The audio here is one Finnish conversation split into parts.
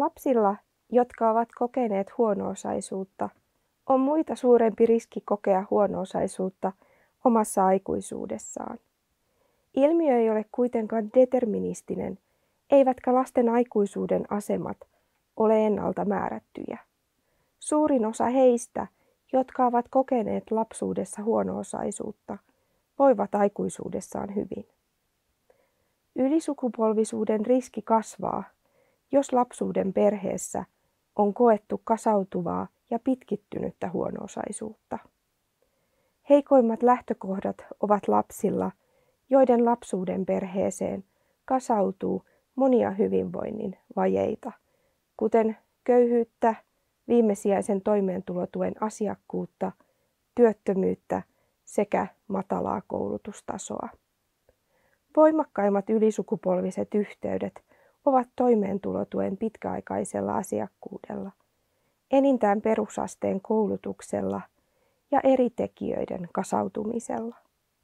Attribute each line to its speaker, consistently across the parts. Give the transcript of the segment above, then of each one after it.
Speaker 1: Lapsilla, jotka ovat kokeneet huono-osaisuutta, on muita suurempi riski kokea huono-osaisuutta omassa aikuisuudessaan. Ilmiö ei ole kuitenkaan deterministinen, eivätkä lasten aikuisuuden asemat ole ennalta määrättyjä. Suurin osa heistä, jotka ovat kokeneet lapsuudessa huono-osaisuutta, voivat aikuisuudessaan hyvin. Ylisukupolvisuuden riski kasvaa, jos lapsuuden perheessä on koettu kasautuvaa ja pitkittynyttä huono-osaisuutta. Heikoimmat lähtökohdat ovat lapsilla, joiden lapsuuden perheeseen kasautuu monia hyvinvoinnin vajeita, kuten köyhyyttä, viimesijaisen toimeentulotuen asiakkuutta, työttömyyttä sekä matalaa koulutustasoa. Voimakkaimmat ylisukupolviset yhteydet ovat toimeentulotuen pitkäaikaisella asiakkuudella, enintään perusasteen koulutuksella ja eri tekijöiden kasautumisella.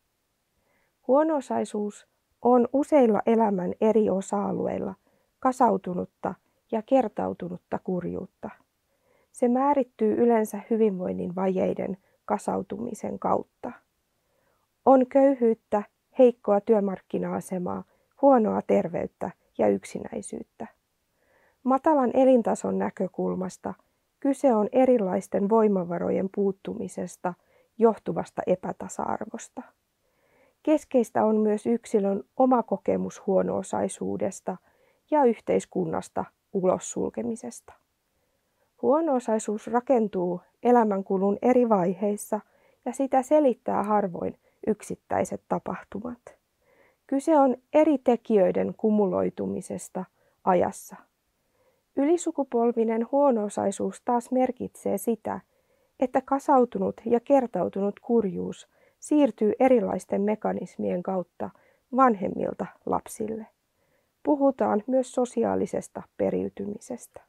Speaker 1: Huono-osaisuus on useilla elämän eri osa-alueilla kasautunutta ja kertautunutta kurjuutta. Se määrittyy yleensä hyvinvoinnin vajeiden kasautumisen kautta. On köyhyyttä, heikkoa työmarkkina-asemaa, huonoa terveyttä ja yksinäisyyttä. Matalan elintason näkökulmasta kyse on erilaisten voimavarojen puuttumisesta johtuvasta epätasa-arvosta. Keskeistä on myös yksilön oma kokemus huono-osaisuudesta ja yhteiskunnasta ulos sulkemisesta. Huono-osaisuus rakentuu elämänkulun eri vaiheissa ja sitä selittää harvoin yksittäiset tapahtumat. Kyse on eri tekijöiden kumuloitumisesta ajassa. Ylisukupolvinen huono-osaisuus taas merkitsee sitä, että kasautunut ja kertautunut kurjuus siirtyy erilaisten mekanismien kautta vanhemmilta lapsille. Puhutaan myös sosiaalisesta periytymisestä.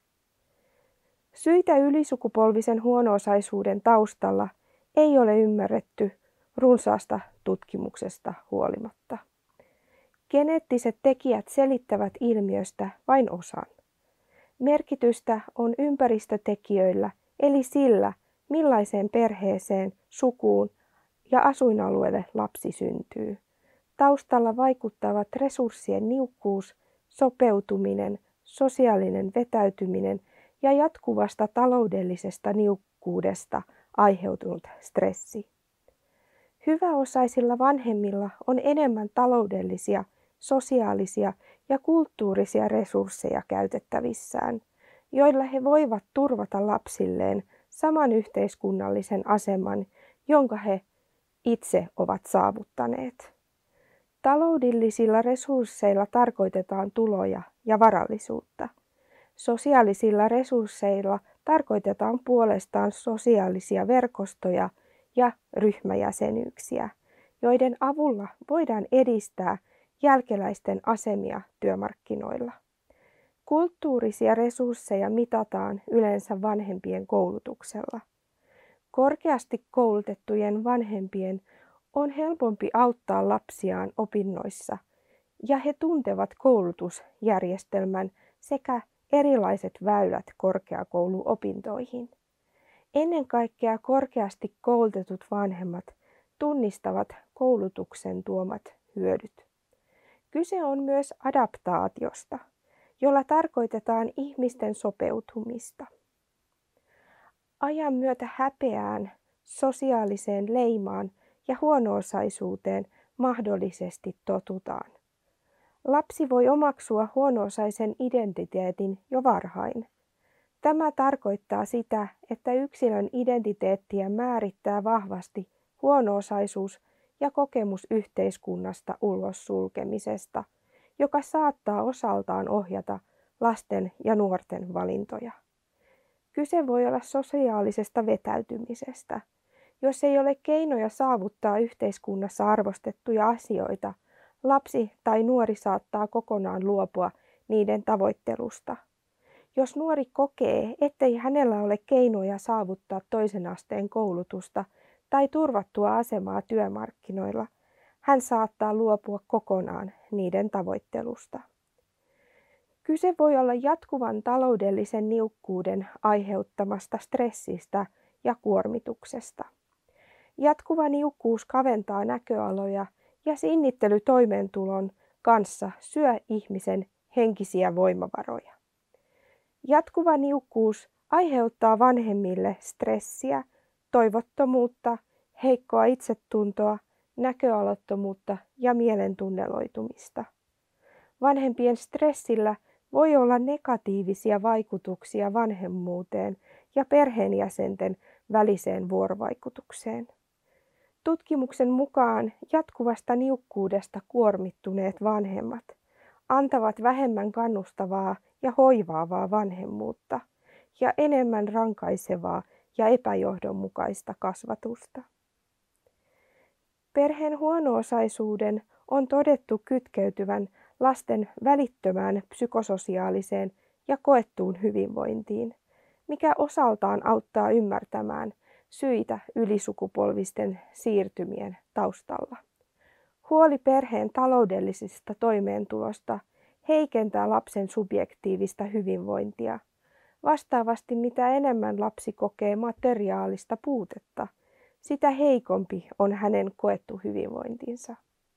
Speaker 1: Syitä ylisukupolvisen huono-osaisuuden taustalla ei ole ymmärretty runsaasta tutkimuksesta huolimatta. Geneettiset tekijät selittävät ilmiöstä vain osan. Merkitystä on ympäristötekijöillä, eli sillä, millaiseen perheeseen, sukuun ja asuinalueelle lapsi syntyy. Taustalla vaikuttavat resurssien niukkuus, sopeutuminen, sosiaalinen vetäytyminen ja jatkuvasta taloudellisesta niukkuudesta aiheutunut stressi. Hyväosaisilla vanhemmilla on enemmän taloudellisia, sosiaalisia ja kulttuurisia resursseja käytettävissään, joilla he voivat turvata lapsilleen saman yhteiskunnallisen aseman, jonka he itse ovat saavuttaneet. Taloudellisilla resursseilla tarkoitetaan tuloja ja varallisuutta. Sosiaalisilla resursseilla tarkoitetaan puolestaan sosiaalisia verkostoja ja ryhmäjäsenyyksiä, joiden avulla voidaan edistää jälkeläisten asemia työmarkkinoilla. Kulttuurisia resursseja mitataan yleensä vanhempien koulutuksella. Korkeasti koulutettujen vanhempien on helpompi auttaa lapsiaan opinnoissa, ja he tuntevat koulutusjärjestelmän sekä erilaiset väylät korkeakouluopintoihin. Ennen kaikkea korkeasti koulutetut vanhemmat tunnistavat koulutuksen tuomat hyödyt. Kyse on myös adaptaatiosta, jolla tarkoitetaan ihmisten sopeutumista. Ajan myötä häpeään, sosiaaliseen leimaan ja huono-osaisuuteen mahdollisesti totutaan. Lapsi voi omaksua huono-osaisen identiteetin jo varhain. Tämä tarkoittaa sitä, että yksilön identiteettiä määrittää vahvasti huono-osaisuus ja kokemus yhteiskunnasta ulos sulkemisesta, joka saattaa osaltaan ohjata lasten ja nuorten valintoja. Kyse voi olla sosiaalisesta vetäytymisestä. Jos ei ole keinoja saavuttaa yhteiskunnassa arvostettuja asioita, lapsi tai nuori saattaa kokonaan luopua niiden tavoittelusta. Jos nuori kokee, ettei hänellä ole keinoja saavuttaa toisen asteen koulutusta tai turvattua asemaa työmarkkinoilla, hän saattaa luopua kokonaan niiden tavoittelusta. Kyse voi olla jatkuvan taloudellisen niukkuuden aiheuttamasta stressistä ja kuormituksesta. Jatkuva niukkuus kaventaa näköaloja ja sinnittely toimeentulon kanssa syö ihmisen henkisiä voimavaroja. Jatkuva niukkuus aiheuttaa vanhemmille stressiä, toivottomuutta, heikkoa itsetuntoa, näköalattomuutta ja mielentunneloitumista. Vanhempien stressillä voi olla negatiivisia vaikutuksia vanhemmuuteen ja perheenjäsenten väliseen vuorovaikutukseen. Tutkimuksen mukaan jatkuvasta niukkuudesta kuormittuneet vanhemmat antavat vähemmän kannustavaa ja hoivaavaa vanhemmuutta ja enemmän rankaisevaa ja epäjohdonmukaista kasvatusta. Perheen huono-osaisuuden on todettu kytkeytyvän lasten välittömään psykososiaaliseen ja koettuun hyvinvointiin, mikä osaltaan auttaa ymmärtämään syitä ylisukupolvisten siirtymien taustalla. Huoli perheen taloudellisesta toimeentulosta heikentää lapsen subjektiivista hyvinvointia. Vastaavasti mitä enemmän lapsi kokee materiaalista puutetta, sitä heikompi on hänen koettu hyvinvointinsa.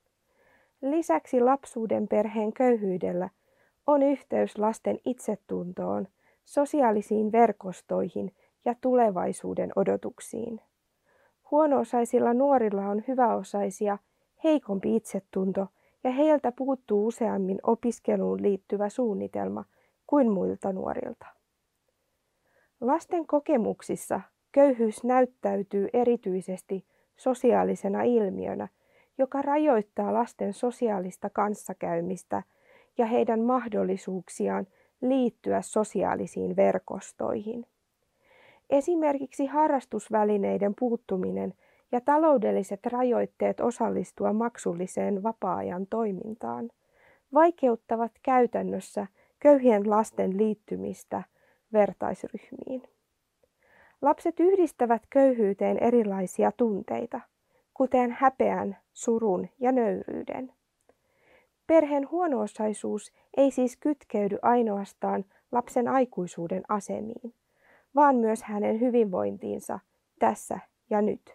Speaker 1: Lisäksi lapsuuden perheen köyhyydellä on yhteys lasten itsetuntoon, sosiaalisiin verkostoihin ja tulevaisuuden odotuksiin. Huono-osaisilla nuorilla on hyväosaisia heikompi itsetunto ja heiltä puuttuu useammin opiskeluun liittyvä suunnitelma kuin muilta nuorilta. Lasten kokemuksissa köyhyys näyttäytyy erityisesti sosiaalisena ilmiönä, joka rajoittaa lasten sosiaalista kanssakäymistä ja heidän mahdollisuuksiaan liittyä sosiaalisiin verkostoihin. Esimerkiksi harrastusvälineiden puuttuminen ja taloudelliset rajoitteet osallistua maksulliseen vapaa-ajan toimintaan vaikeuttavat käytännössä köyhien lasten liittymistä vertaisryhmiin. Lapset yhdistävät köyhyyteen erilaisia tunteita, kuten häpeän, surun ja nöyryyden. Perheen huono-osaisuus ei siis kytkeydy ainoastaan lapsen aikuisuuden asemiin, vaan myös hänen hyvinvointiinsa tässä ja nyt.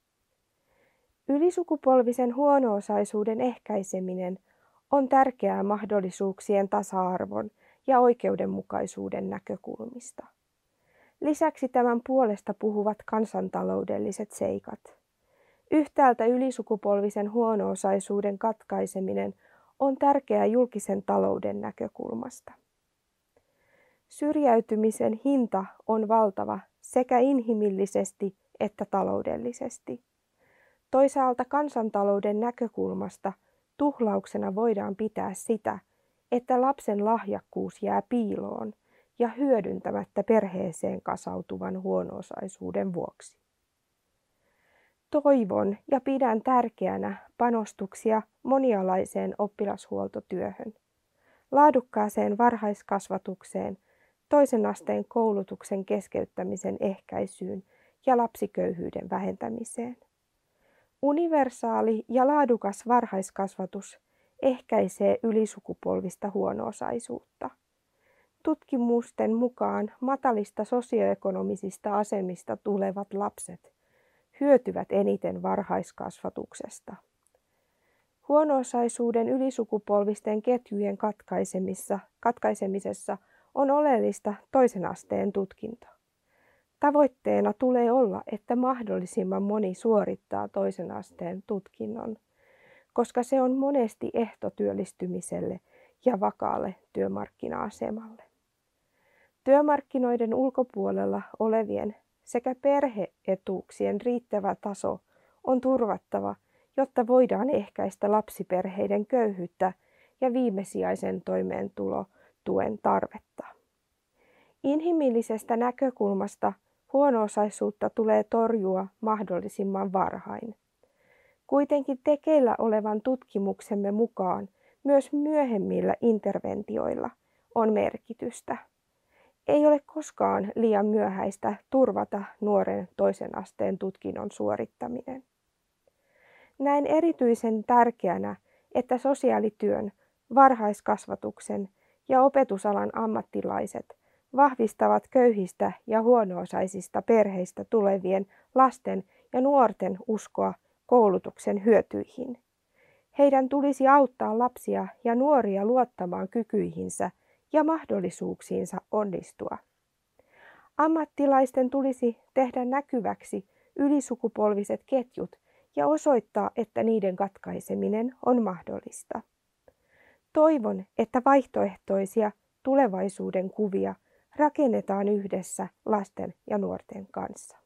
Speaker 1: Ylisukupolvisen huono-osaisuuden ehkäiseminen on tärkeää mahdollisuuksien tasa-arvon ja oikeudenmukaisuuden näkökulmista. Lisäksi tämän puolesta puhuvat kansantaloudelliset seikat. Yhtäältä ylisukupolvisen huono-osaisuuden katkaiseminen on tärkeää julkisen talouden näkökulmasta. Syrjäytymisen hinta on valtava sekä inhimillisesti että taloudellisesti. Toisaalta kansantalouden näkökulmasta tuhlauksena voidaan pitää sitä, että lapsen lahjakkuus jää piiloon ja hyödyntämättä perheeseen kasautuvan huono-osaisuuden vuoksi. Toivon ja pidän tärkeänä panostuksia monialaiseen oppilashuoltotyöhön, laadukkaaseen varhaiskasvatukseen, toisen asteen koulutuksen keskeyttämisen ehkäisyyn ja lapsiköyhyyden vähentämiseen. Universaali ja laadukas varhaiskasvatus ehkäisee ylisukupolvista huono-osaisuutta. Tutkimusten mukaan matalista sosioekonomisista asemista tulevat lapset hyötyvät eniten varhaiskasvatuksesta. Huono-osaisuuden ylisukupolvisten ketjujen katkaisemisessa on oleellista toisen asteen tutkinto. Tavoitteena tulee olla, että mahdollisimman moni suorittaa toisen asteen tutkinnon, koska se on monesti ehto työllistymiselle ja vakaalle työmarkkina-asemalle. Työmarkkinoiden ulkopuolella olevien sekä perhe-etuuksien riittävä taso on turvattava, jotta voidaan ehkäistä lapsiperheiden köyhyyttä ja viimesijaisen toimeentulotuen tarvetta. Inhimillisestä näkökulmasta huono-osaisuutta tulee torjua mahdollisimman varhain. Kuitenkin tekeillä olevan tutkimuksemme mukaan myös myöhemmillä interventioilla on merkitystä. Ei ole koskaan liian myöhäistä turvata nuoren toisen asteen tutkinnon suorittaminen. Näen erityisen tärkeänä, että sosiaalityön, varhaiskasvatuksen ja opetusalan ammattilaiset vahvistavat köyhistä ja huono-osaisista perheistä tulevien lasten ja nuorten uskoa koulutuksen hyötyihin. Heidän tulisi auttaa lapsia ja nuoria luottamaan kykyihinsä ja mahdollisuuksiinsa onnistua. Ammattilaisten tulisi tehdä näkyväksi ylisukupolviset ketjut ja osoittaa, että niiden katkaiseminen on mahdollista. Toivon, että vaihtoehtoisia tulevaisuuden kuvia rakennetaan yhdessä lasten ja nuorten kanssa.